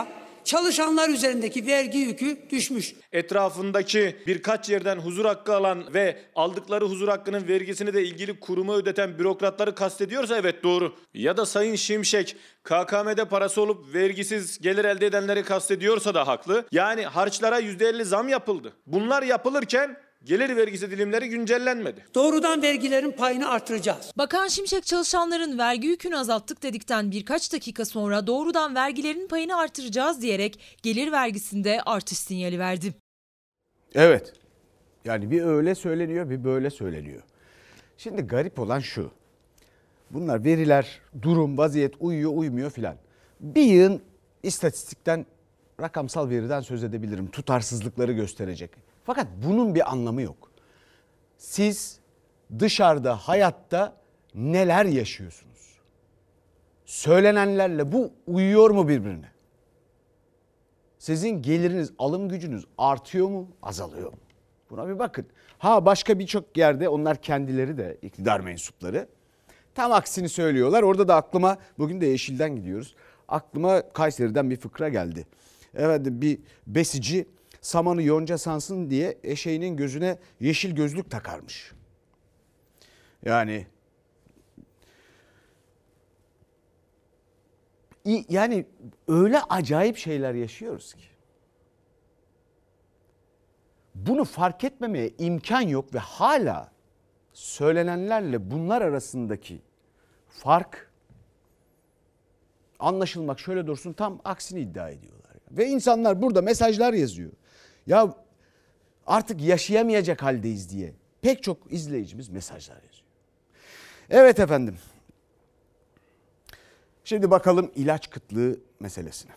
çalışanlar üzerindeki vergi yükü düşmüş. Etrafındaki birkaç yerden huzur hakkı alan ve aldıkları huzur hakkının vergisini de ilgili kuruma ödeten bürokratları kastediyorsa evet doğru. Ya da Sayın Şimşek K K M'de parası olup vergisiz gelir elde edenleri kastediyorsa da haklı. Yani harçlara yüzde elli zam yapıldı. Bunlar yapılırken gelir vergisi dilimleri güncellenmedi. Doğrudan vergilerin payını artıracağız. Bakan Şimşek çalışanların vergi yükünü azalttık dedikten birkaç dakika sonra doğrudan vergilerin payını artıracağız diyerek gelir vergisinde artış sinyali verdi. Evet. Yani bir öyle söyleniyor, bir böyle söyleniyor. Şimdi garip olan şu. Bunlar veriler, durum, vaziyet uyuyor, uymuyor filan. Bir yığın istatistikten, rakamsal veriden söz edebilirim. Tutarsızlıkları gösterecek. Fakat bunun bir anlamı yok. Siz dışarıda, hayatta neler yaşıyorsunuz? Söylenenlerle bu uyuyor mu birbirine? Sizin geliriniz, alım gücünüz artıyor mu, azalıyor mu? Buna bir bakın. Ha başka birçok yerde onlar kendileri de iktidar mensupları tam aksini söylüyorlar. Orada da aklıma, bugün de Yeşil'den gidiyoruz. Aklıma Kayseri'den bir fıkra geldi. Evet, bir besici samanı yonca sansın diye eşeğinin gözüne yeşil gözlük takarmış. Yani yani öyle acayip şeyler yaşıyoruz ki. Bunu fark etmemeye imkan yok ve hala söylenenlerle bunlar arasındaki fark anlaşılmak şöyle dursun tam aksini iddia ediyorlar. Ve insanlar burada mesajlar yazıyor. Ya artık yaşayamayacak haldeyiz diye pek çok izleyicimiz mesajlar yazıyor. Evet efendim. Şimdi bakalım ilaç kıtlığı meselesine.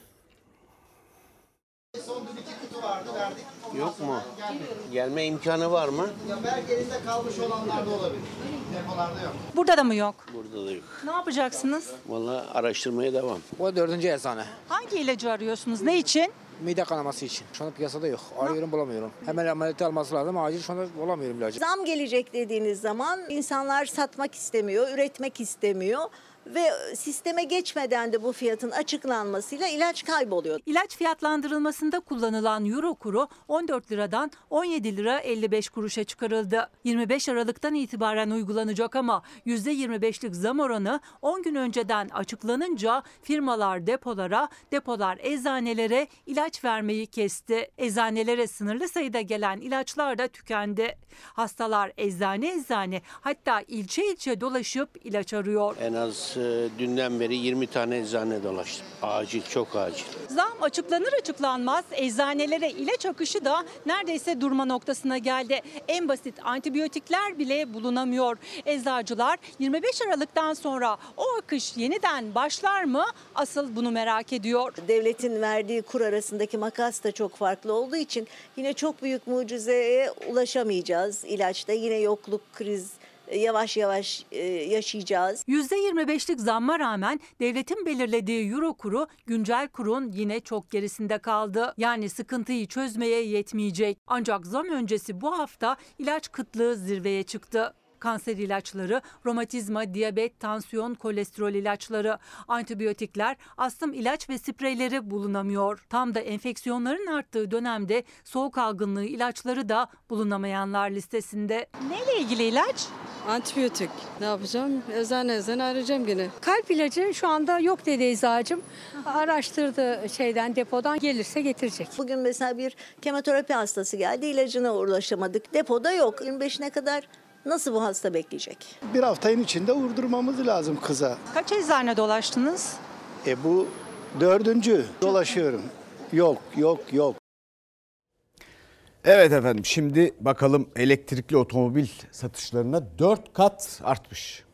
Son dün iki kutu vardı, verdik. Yok mu? Gelme imkanı var mı? Ya belki elinde kalmış olanlar da olabilir. Depolarda yok. Burada da mı yok? Burada da yok. Ne yapacaksınız? Vallahi araştırmaya devam. Bu dördüncü eczane. Hangi ilacı arıyorsunuz? Ne için? Mide kanaması için. Şu anda piyasada yok. Arıyorum bulamıyorum. Hemen ameliyat alması lazım. Acil şu anda bulamıyorum ilacı. Zam gelecek dediğiniz zaman insanlar satmak istemiyor, üretmek istemiyor. Ve sisteme geçmeden de bu fiyatın açıklanmasıyla ilaç kayboluyor. İlaç fiyatlandırılmasında kullanılan euro kuru on dört liradan on yedi lira elli beş kuruşa çıkarıldı. yirmi beş Aralık'tan itibaren uygulanacak ama yüzde yirmi beşlik zam oranı on gün önceden açıklanınca firmalar depolara, depolar eczanelere ilaç vermeyi kesti. Eczanelere sınırlı sayıda gelen ilaçlar da tükendi. Hastalar eczane eczane hatta ilçe ilçe dolaşıp ilaç arıyor. En az e, dünden beri yirmi tane eczane dolaştım. Acil, çok acil. Zam açıklanır açıklanmaz eczanelere ilaç akışı da neredeyse durma noktasına geldi. En basit antibiyotikler bile bulunamıyor. Eczacılar yirmi beş Aralık'tan sonra o akış yeniden başlar mı? Asıl bunu merak ediyor. Devletin verdiği kur arasındaki makas da çok farklı olduğu için yine çok büyük mucizeye ulaşamayacağız. İlaçta yine yokluk, kriz yavaş yavaş yaşayacağız. yüzde yirmi beşlik zamma rağmen devletin belirlediği euro kuru güncel kurun yine çok gerisinde kaldı. Yani sıkıntıyı çözmeye yetmeyecek. Ancak zam öncesi bu hafta ilaç kıtlığı zirveye çıktı. Kanser ilaçları, romatizma, diyabet, tansiyon, kolesterol ilaçları, antibiyotikler, astım ilaç ve spreyleri bulunamıyor. Tam da enfeksiyonların arttığı dönemde soğuk algınlığı ilaçları da bulunamayanlar listesinde. Neyle ilgili ilaç? Antibiyotik. Ne yapacağım? Eczane eczane arayacağım gene. Kalp ilacı şu anda yok dedi eczacım. Araştırdı şeyden, depodan, gelirse getirecek. Bugün mesela bir kemoterapi hastası geldi, ilacına ulaşamadık. Depoda yok. yirmi beşine kadar nasıl bu hasta bekleyecek? Bir haftanın içinde vurdurmamız lazım kıza. Kaç eczane dolaştınız? E bu dördüncü dolaşıyorum. Yok, yok, yok. Evet efendim, şimdi bakalım elektrikli otomobil satışlarına dört kat artmış.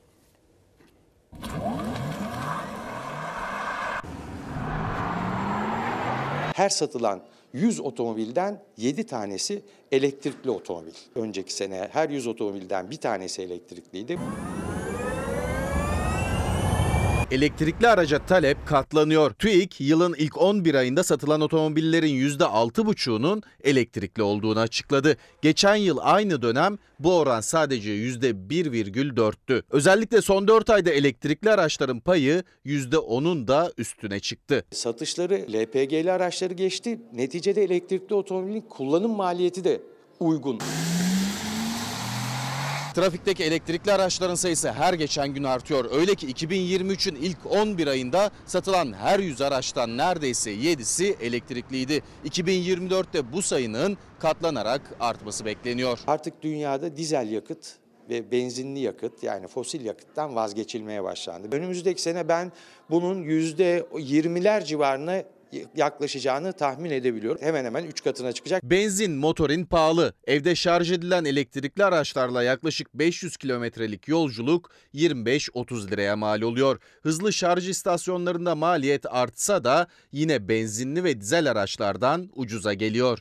Her satılan yüz otomobilden yedi tanesi elektrikli otomobil. Önceki sene her yüz otomobilden bir tanesi elektrikliydi. Elektrikli araca talep katlanıyor. TÜİK yılın ilk on bir ayında satılan otomobillerin yüzde altı buçuğunun elektrikli olduğunu açıkladı. Geçen yıl aynı dönem bu oran sadece yüzde bir virgül dörttü. Özellikle son dört ayda elektrikli araçların payı yüzde onun da üstüne çıktı. Satışları L P G'li araçları geçti. Neticede elektrikli otomobilin kullanım maliyeti de uygun. Trafikteki elektrikli araçların sayısı her geçen gün artıyor. Öyle ki iki bin yirmi üçün ilk on bir ayında satılan her yüz araçtan neredeyse yedisi elektrikliydi. iki bin yirmi dörtte bu sayının katlanarak artması bekleniyor. Artık dünyada dizel yakıt ve benzinli yakıt, yani fosil yakıttan vazgeçilmeye başlandı. Önümüzdeki sene ben bunun yüzde yirmiler civarına yaklaşacağını tahmin edebiliyorum. Hemen hemen üç katına çıkacak. Benzin, motorin pahalı. Evde şarj edilen elektrikli araçlarla yaklaşık beş yüz kilometrelik yolculuk yirmi beş otuz liraya mal oluyor. Hızlı şarj istasyonlarında maliyet artsa da yine benzinli ve dizel araçlardan ucuza geliyor.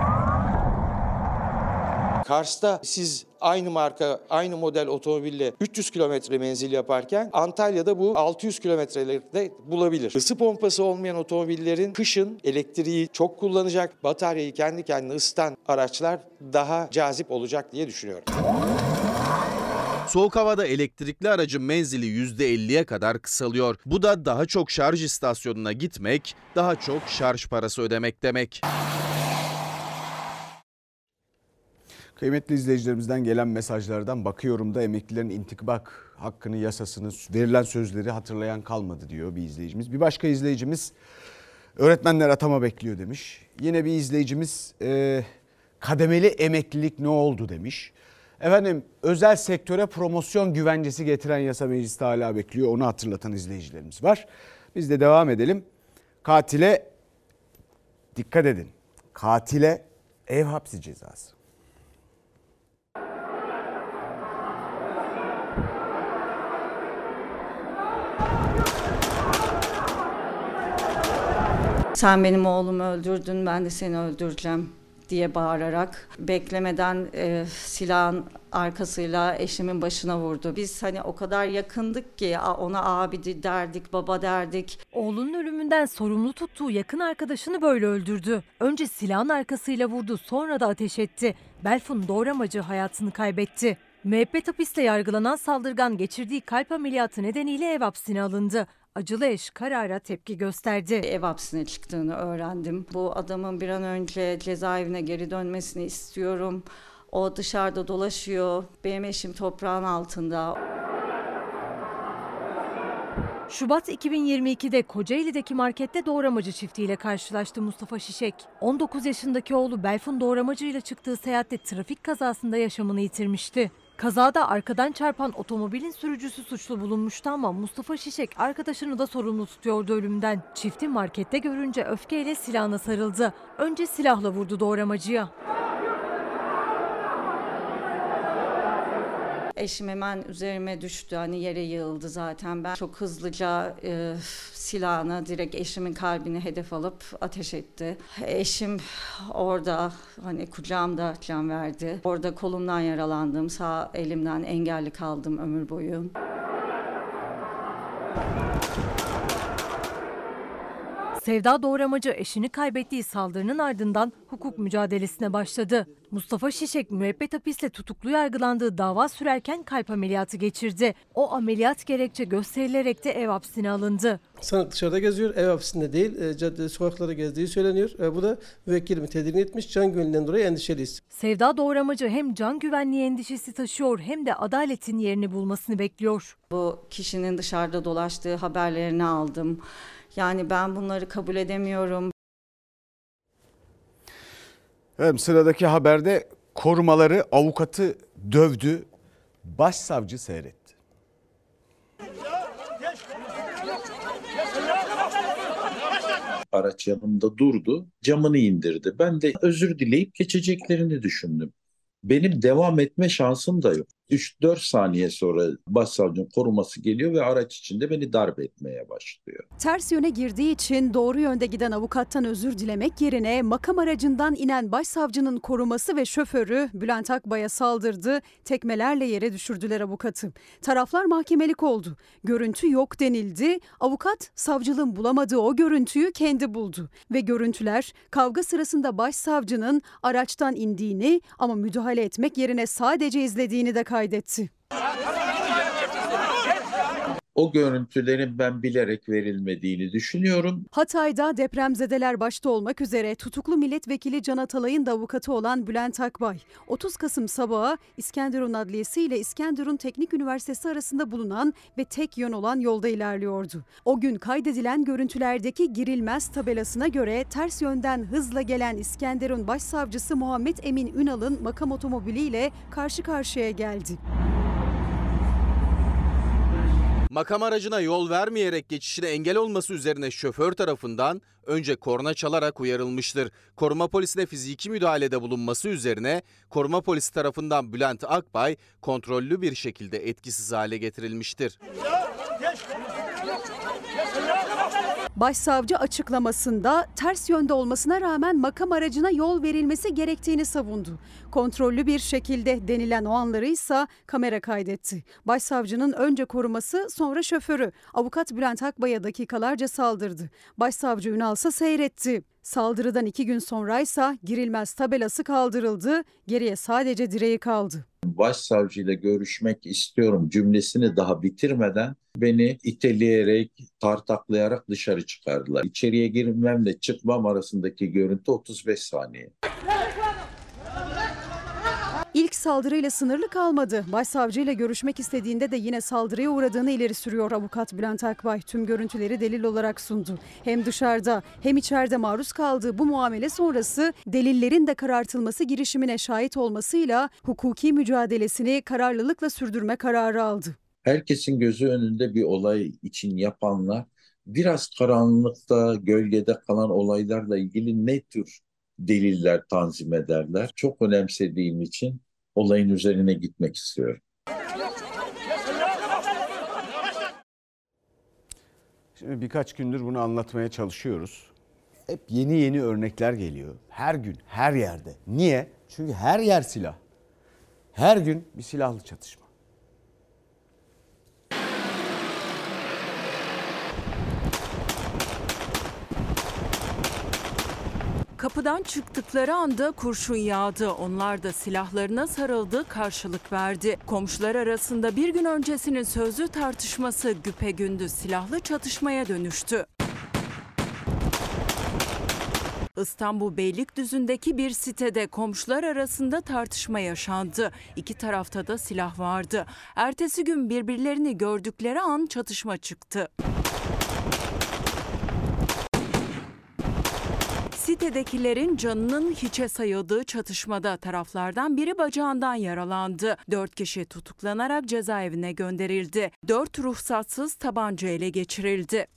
Kars'ta siz aynı marka, aynı model otomobille üç yüz kilometre menzil yaparken Antalya'da bu altı yüz kilometrelerde bulabilir. Isı pompası olmayan otomobillerin kışın elektriği çok kullanacak, bataryayı kendi kendine ısıtan araçlar daha cazip olacak diye düşünüyorum. Soğuk havada elektrikli aracın menzili yüzde elliye kadar kısalıyor. Bu da daha çok şarj istasyonuna gitmek, daha çok şarj parası ödemek demek. Kıymetli izleyicilerimizden gelen mesajlardan bakıyorum da emeklilerin intikbak hakkını, yasasını, verilen sözleri hatırlayan kalmadı diyor bir izleyicimiz. Bir başka izleyicimiz öğretmenler atama bekliyor demiş. Yine bir izleyicimiz e, kademeli emeklilik ne oldu demiş. Efendim özel sektöre promosyon güvencesi getiren yasa mecliste hala bekliyor. Onu hatırlatan izleyicilerimiz var. Biz de devam edelim. Katile dikkat edin. Katile ev hapsi cezası. Sen benim oğlumu öldürdün, ben de seni öldüreceğim diye bağırarak beklemeden e, silahın arkasıyla eşimin başına vurdu. Biz hani o kadar yakındık ki ona abi derdik, baba derdik. Oğlunun ölümünden sorumlu tuttuğu yakın arkadaşını böyle öldürdü. Önce silahın arkasıyla vurdu, sonra da ateş etti. Belfun Doğramacı hayatını kaybetti. Müebbet hapisle yargılanan saldırgan geçirdiği kalp ameliyatı nedeniyle ev hapsine alındı. Acılı eş karara tepki gösterdi. Ev hapsine çıktığını öğrendim. Bu adamın bir an önce cezaevine geri dönmesini istiyorum. O dışarıda dolaşıyor. Benim eşim toprağın altında. Şubat iki bin yirmi ikide Kocaeli'deki markette doğramacı çiftiyle karşılaştı Mustafa Şişek. on dokuz yaşındaki oğlu Belfun Doğramacı ile çıktığı seyahatte trafik kazasında yaşamını yitirmişti. Kazada arkadan çarpan otomobilin sürücüsü suçlu bulunmuştu ama Mustafa Şişek arkadaşını da sorumlu tutuyordu ölümden. Çifti markette görünce öfkeyle silahına sarıldı. Önce silahla vurdu doğramacıya. Eşim hemen üzerime düştü, hani yere yığıldı zaten. Ben çok hızlıca e, silahını direkt eşimin kalbine hedef alıp ateş etti. Eşim orada hani kucağımda can verdi. Orada kolumdan yaralandım, sağ elimden engelli kaldım ömür boyu. Sevda Doğramacı eşini kaybettiği saldırının ardından hukuk mücadelesine başladı. Mustafa Şişek müebbet hapisle tutuklu yargılandığı dava sürerken kalp ameliyatı geçirdi. O ameliyat gerekçe gösterilerek de ev hapsine alındı. Sanık dışarıda geziyor, ev hapsinde değil, e, cadde sokaklarda gezdiği söyleniyor. E, bu da müvekkilimi tedirgin etmiş, can güvenliğinden dolayı endişeliyiz. Sevda Doğramacı hem can güvenliği endişesi taşıyor hem de adaletin yerini bulmasını bekliyor. Bu kişinin dışarıda dolaştığı haberlerini aldım. Yani ben bunları kabul edemiyorum. Evet, sıradaki haberde korumaları avukatı dövdü, başsavcı seyretti. Araç yanımda durdu, camını indirdi. Ben de özür dileyip geçeceklerini düşündüm. Benim devam etme şansım da yok. üç dört saniye sonra başsavcının koruması geliyor ve araç içinde beni darp etmeye başlıyor. Ters yöne girdiği için doğru yönde giden avukattan özür dilemek yerine makam aracından inen başsavcının koruması ve şoförü Bülent Akbay'a saldırdı. Tekmelerle yere düşürdüler avukatı. Taraflar mahkemelik oldu. Görüntü yok denildi. Avukat savcılığın bulamadığı o görüntüyü kendi buldu. Ve görüntüler kavga sırasında başsavcının araçtan indiğini ama müdahale etmek yerine sadece izlediğini de kaydetti. O görüntülerin ben bilerek verilmediğini düşünüyorum. Hatay'da depremzedeler başta olmak üzere tutuklu milletvekili Can Atalay'ın da avukatı olan Bülent Akbay, otuz Kasım sabahı İskenderun Adliyesi ile İskenderun Teknik Üniversitesi arasında bulunan ve tek yön olan yolda ilerliyordu. O gün kaydedilen görüntülerdeki girilmez tabelasına göre ters yönden hızla gelen İskenderun Başsavcısı Muhammed Emin Ünal'ın makam otomobiliyle karşı karşıya geldi. Makam aracına yol vermeyerek geçişine engel olması üzerine şoför tarafından önce korna çalarak uyarılmıştır. Koruma polisine fiziki müdahalede bulunması üzerine koruma polisi tarafından Bülent Akbay kontrollü bir şekilde etkisiz hale getirilmiştir. Başsavcı açıklamasında ters yönde olmasına rağmen makam aracına yol verilmesi gerektiğini savundu. Kontrollü bir şekilde denilen o anları ise kamera kaydetti. Başsavcının önce koruması sonra şoförü avukat Bülent Akbay'a dakikalarca saldırdı. Başsavcı Ünal ise seyretti. Saldırıdan iki gün sonra ise girilmez tabelası kaldırıldı. Geriye sadece direği kaldı. Başsavcıyla görüşmek istiyorum cümlesini daha bitirmeden beni iteleyerek, tartaklayarak dışarı çıkardılar. İçeriye girmemle çıkmam arasındaki görüntü otuz beş saniye. İlk saldırıyla sınırlı kalmadı. Başsavcıyla görüşmek istediğinde de yine saldırıya uğradığını ileri sürüyor avukat Bülent Akbay. Tüm görüntüleri delil olarak sundu. Hem dışarıda hem içeride maruz kaldığı bu muamele sonrası delillerin de karartılması girişimine şahit olmasıyla hukuki mücadelesini kararlılıkla sürdürme kararı aldı. Herkesin gözü önünde bir olay için yapanlar biraz karanlıkta, gölgede kalan olaylarla ilgili ne tür deliller tanzim ederler? Çok önemsediğim için olayın üzerine gitmek istiyorum. Şimdi birkaç gündür bunu anlatmaya çalışıyoruz. Hep yeni yeni örnekler geliyor. Her gün, her yerde. Niye? Çünkü her yer silah. Her gün bir silahlı çatışma. Kapıdan çıktıkları anda kurşun yağdı. Onlar da silahlarına sarıldı, karşılık verdi. Komşular arasında bir gün öncesinin sözlü tartışması güpegündüz silahlı çatışmaya dönüştü. İstanbul Beylikdüzü'ndeki bir sitede komşular arasında tartışma yaşandı. İki tarafta da silah vardı. Ertesi gün birbirlerini gördükleri an çatışma çıktı. Sitedekilerin canının hiçe sayıldığı çatışmada taraflardan biri bacağından yaralandı. Dört kişi tutuklanarak cezaevine gönderildi. Dört ruhsatsız tabanca ele geçirildi.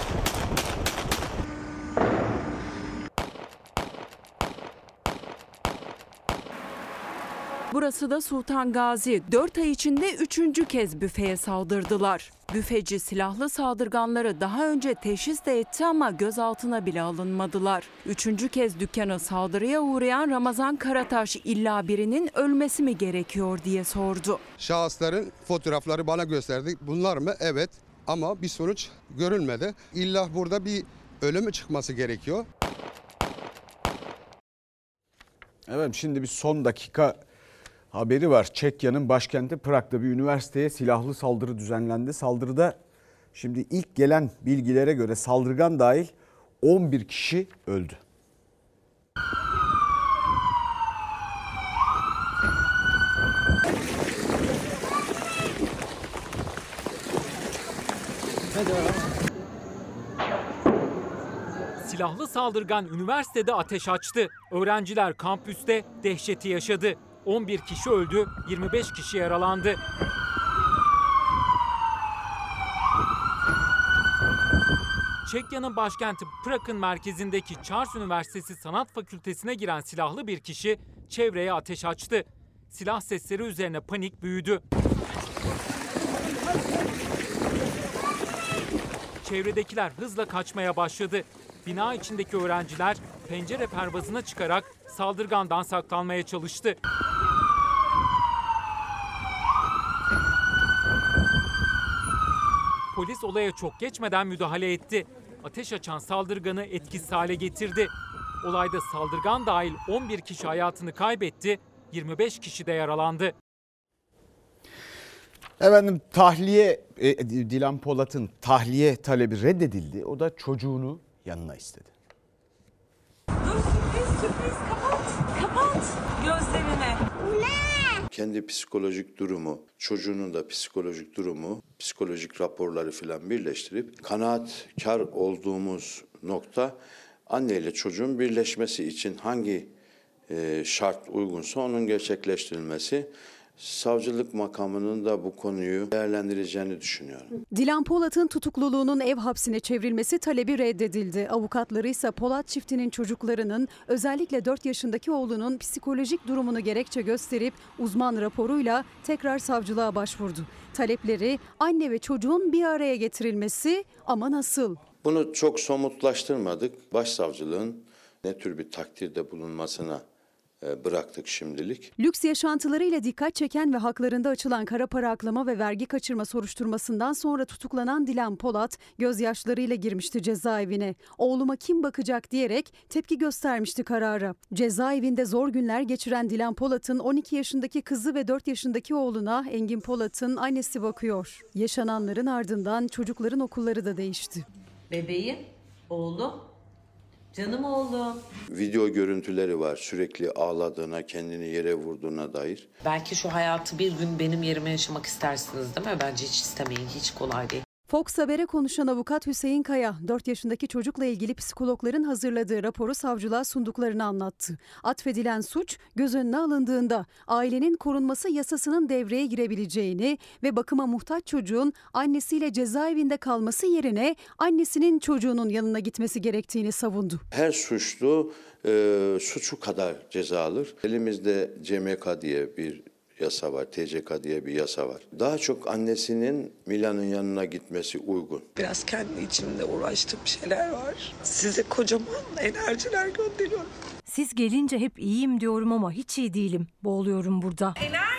Burası da Sultan Gazi. Dört ay içinde üçüncü kez büfeye saldırdılar. Büfeci silahlı saldırganları daha önce teşhis de etti ama gözaltına bile alınmadılar. Üçüncü kez dükkana saldırıya uğrayan Ramazan Karataş illa birinin ölmesi mi gerekiyor diye sordu. Şahısların fotoğrafları bana gösterdi. Bunlar mı? Evet, ama bir sonuç görülmedi. İlla burada bir ölüm çıkması gerekiyor. Evet, şimdi bir son dakika haberi var. Çekya'nın başkenti Prag'da bir üniversiteye silahlı saldırı düzenlendi. Saldırıda şimdi ilk gelen bilgilere göre saldırgan dahil on bir kişi öldü. Silahlı saldırgan üniversitede ateş açtı. Öğrenciler kampüste dehşeti yaşadı. on bir kişi öldü, yirmi beş kişi yaralandı. Çekya'nın başkenti Prag'ın merkezindeki Charles Üniversitesi Sanat Fakültesine giren silahlı bir kişi çevreye ateş açtı. Silah sesleri üzerine panik büyüdü. Çevredekiler hızla kaçmaya başladı. Bina içindeki öğrenciler pencere pervazına çıkarak saldırgandan saklanmaya çalıştı. Polis olaya çok geçmeden müdahale etti. Ateş açan saldırganı etkisiz hale getirdi. Olayda saldırgan dahil on bir kişi hayatını kaybetti, yirmi beş kişi de yaralandı. Efendim tahliye, e, Dilan Polat'ın tahliye talebi reddedildi. O da çocuğunu yanına istedi. Dur sürpriz sürpriz kapat, kapat gözlerini. Ne? Kendi psikolojik durumu, çocuğunun da psikolojik durumu, psikolojik raporları filan birleştirip kanaatkar olduğumuz nokta anneyle çocuğun birleşmesi için hangi e, şart uygunsa onun gerçekleştirilmesi. Savcılık makamının da bu konuyu değerlendireceğini düşünüyorum. Dilan Polat'ın tutukluluğunun ev hapsine çevrilmesi talebi reddedildi. Avukatları ise Polat çiftinin çocuklarının özellikle dört yaşındaki oğlunun psikolojik durumunu gerekçe gösterip uzman raporuyla tekrar savcılığa başvurdu. Talepleri anne ve çocuğun bir araya getirilmesi ama nasıl? Bunu çok somutlaştırmadık. Başsavcılığın ne tür bir takdirde bulunmasına bıraktık şimdilik. Lüks yaşantılarıyla dikkat çeken ve haklarında açılan kara para aklama ve vergi kaçırma soruşturmasından sonra tutuklanan Dilan Polat gözyaşlarıyla girmişti cezaevine. Oğluma kim bakacak diyerek tepki göstermişti karara. Cezaevinde zor günler geçiren Dilan Polat'ın on iki yaşındaki kızı ve dört yaşındaki oğluna Engin Polat'ın annesi bakıyor. Yaşananların ardından çocukların okulları da değişti. Bebeğim, oğlum. Canım oğlum. Video görüntüleri var sürekli ağladığına, kendini yere vurduğuna dair. Belki şu hayatı bir gün benim yerime yaşamak istersiniz değil mi? Bence hiç istemeyin, hiç kolay değil. Fox Haber'e konuşan avukat Hüseyin Kaya, dört yaşındaki çocukla ilgili psikologların hazırladığı raporu savcılığa sunduklarını anlattı. Atfedilen suç göz önüne alındığında ailenin korunması yasasının devreye girebileceğini ve bakıma muhtaç çocuğun annesiyle cezaevinde kalması yerine annesinin çocuğunun yanına gitmesi gerektiğini savundu. Her suçlu e, suçu kadar ceza alır. Elimizde C M K diye bir yasa var, T C K diye bir yasa var. Daha çok annesinin Milan'ın yanına gitmesi uygun. Biraz kendi içimde uğraştığım şeyler var. Size kocaman enerjiler gönderiyorum. Siz gelince hep iyiyim diyorum ama hiç iyi değilim. Boğuluyorum burada. Enerji!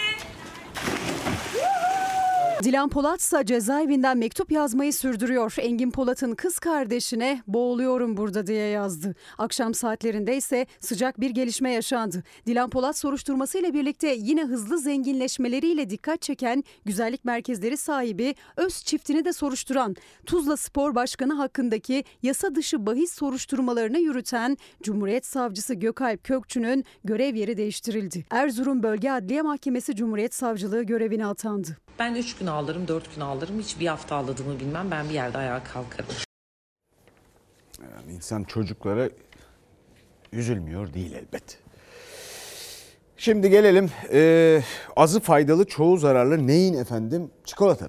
Dilan Polat ise cezaevinden mektup yazmayı sürdürüyor. Engin Polat'ın kız kardeşine boğuluyorum burada diye yazdı. Akşam saatlerinde ise sıcak bir gelişme yaşandı. Dilan Polat soruşturmasıyla birlikte yine hızlı zenginleşmeleriyle dikkat çeken güzellik merkezleri sahibi Öz çiftini de soruşturan, Tuzla Spor Başkanı hakkındaki yasa dışı bahis soruşturmalarını yürüten Cumhuriyet Savcısı Gökalp Kökçü'nün görev yeri değiştirildi. Erzurum Bölge Adliye Mahkemesi Cumhuriyet Savcılığı görevine atandı. Ben üç gün ağlarım, dört gün ağlarım. Hiç bir hafta ağladığımı bilmem. Ben bir yerde ayağa kalkarım. Yani insan çocuklara üzülmüyor değil elbet. Şimdi gelelim e, azı faydalı çoğu zararlı neyin efendim? Çikolatanın.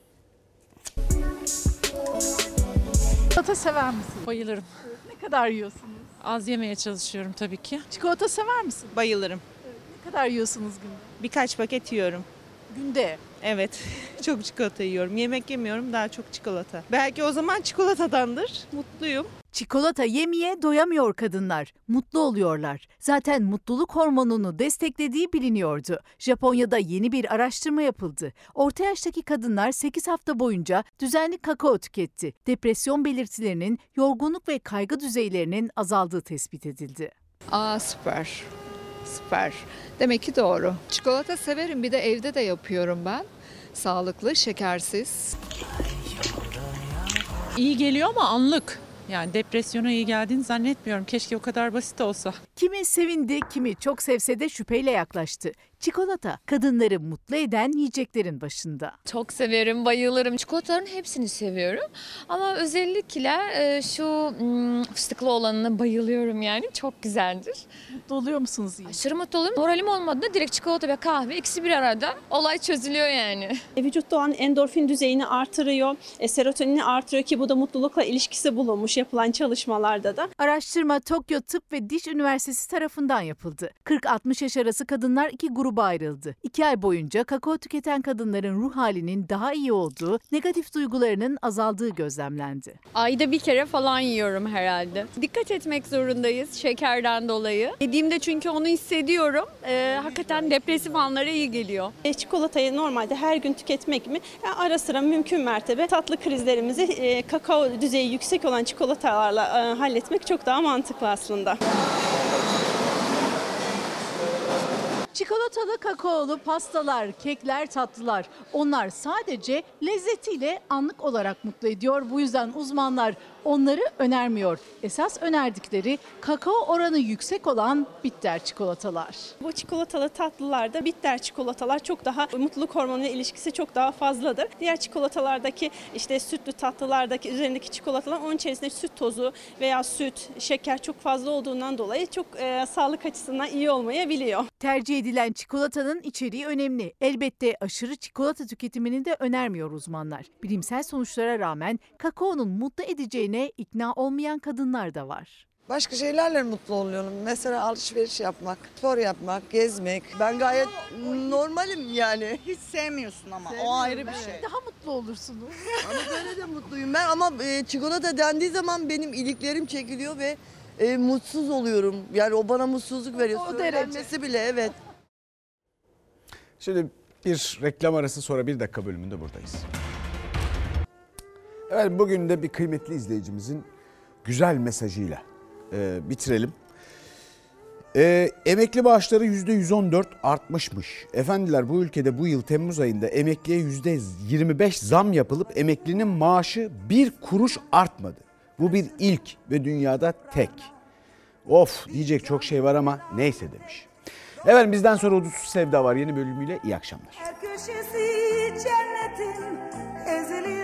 Çikolata sever misin? Bayılırım. Ne kadar yiyorsunuz? Az yemeye çalışıyorum tabii ki. Çikolata sever misin? Bayılırım. Ne kadar yiyorsunuz günde? Birkaç paket yiyorum. Günde? Evet. Çok çikolata yiyorum. Yemek yemiyorum, daha çok çikolata. Belki o zaman çikolatadandır. Mutluyum. Çikolata yemeye doyamıyor kadınlar. Mutlu oluyorlar. Zaten mutluluk hormonunu desteklediği biliniyordu. Japonya'da yeni bir araştırma yapıldı. Orta yaştaki kadınlar sekiz hafta boyunca düzenli kakao tüketti. Depresyon belirtilerinin, yorgunluk ve kaygı düzeylerinin azaldığı tespit edildi. Aa süper. Süper. Demek ki doğru. Çikolata severim, bir de evde de yapıyorum ben. Sağlıklı, şekersiz. İyi geliyor ama anlık. Yani depresyona iyi geldiğini zannetmiyorum. Keşke o kadar basit olsa. Kimi sevindi, kimi çok sevse de şüpheyle yaklaştı. Çikolata, kadınları mutlu eden yiyeceklerin başında. Çok severim, bayılırım. Çikolataların hepsini seviyorum. Ama özellikle e, şu m, fıstıklı olanına bayılıyorum yani. Çok güzeldir. Mutlu oluyor musunuz? Yine? Aşırı mutlu oluyorum. Moralim olmadığında direkt çikolata ve kahve ikisi bir arada. Olay çözülüyor yani. E, vücutta olan endorfin düzeyini artırıyor, e, serotonini artırıyor ki bu da mutlulukla ilişkisi bulunmuş yapılan çalışmalarda da. Araştırma Tokyo Tıp ve Diş Üniversitesi tarafından yapıldı. kırk altmış yaş arası kadınlar iki grup gruba ayrıldı. İki ay boyunca kakao tüketen kadınların ruh halinin daha iyi olduğu, negatif duygularının azaldığı gözlemlendi. Ayda bir kere falan yiyorum herhalde. Dikkat etmek zorundayız şekerden dolayı. Yediğimde çünkü onu hissediyorum. Ee, hakikaten depresif anlara iyi geliyor. E, çikolatayı normalde her gün tüketmek mi? Yani ara sıra mümkün mertebe tatlı krizlerimizi e, kakao düzeyi yüksek olan çikolatalarla e, halletmek çok daha mantıklı aslında. Çikolatalı, kakaolu pastalar, kekler, tatlılar, onlar sadece lezzetiyle anlık olarak mutlu ediyor. Bu yüzden uzmanlar onları önermiyor. Esas önerdikleri kakao oranı yüksek olan bitter çikolatalar. Bu çikolatalı tatlılarda bitter çikolatalar çok daha mutluluk hormonuyla ilişkisi çok daha fazladır. Diğer çikolatalardaki işte sütlü tatlılardaki üzerindeki çikolatalar onun içerisinde süt tozu veya süt, şeker çok fazla olduğundan dolayı çok e, sağlık açısından iyi olmayabiliyor. Tercih edilen çikolatanın içeriği önemli. Elbette aşırı çikolata tüketimini de önermiyor uzmanlar. Bilimsel sonuçlara rağmen kakaonun mutlu edeceğine ikna olmayan kadınlar da var. Başka şeylerle mutlu oluyorum. Mesela alışveriş yapmak, spor yapmak, gezmek. Ben gayet normalim yani. Hiç sevmiyorsun ama Sevmiyorum, o ayrı bir evet. şey. Daha mutlu olursunuz. Ama böyle de mutluyum ben ama e, çikolata dendiği zaman benim iliklerim çekiliyor ve e, mutsuz oluyorum. Yani o bana mutsuzluk veriyor. O Söylenmesi bile evet. Şimdi bir reklam arası sonra bir dakika bölümünde buradayız. Evet, bugün de bir kıymetli izleyicimizin güzel mesajıyla e, bitirelim. E, emekli bağışları yüzde yüz on dört artmışmış. Efendiler, bu ülkede bu yıl Temmuz ayında emekliye yüzde yirmi beş zam yapılıp emeklinin maaşı bir kuruş artmadı. Bu bir ilk ve dünyada tek. Of, diyecek çok şey var ama neyse demiş. Evet, bizden sonra Hudutsuz Sevda var yeni bölümüyle. İyi akşamlar. Her köşesi cennetin ezeli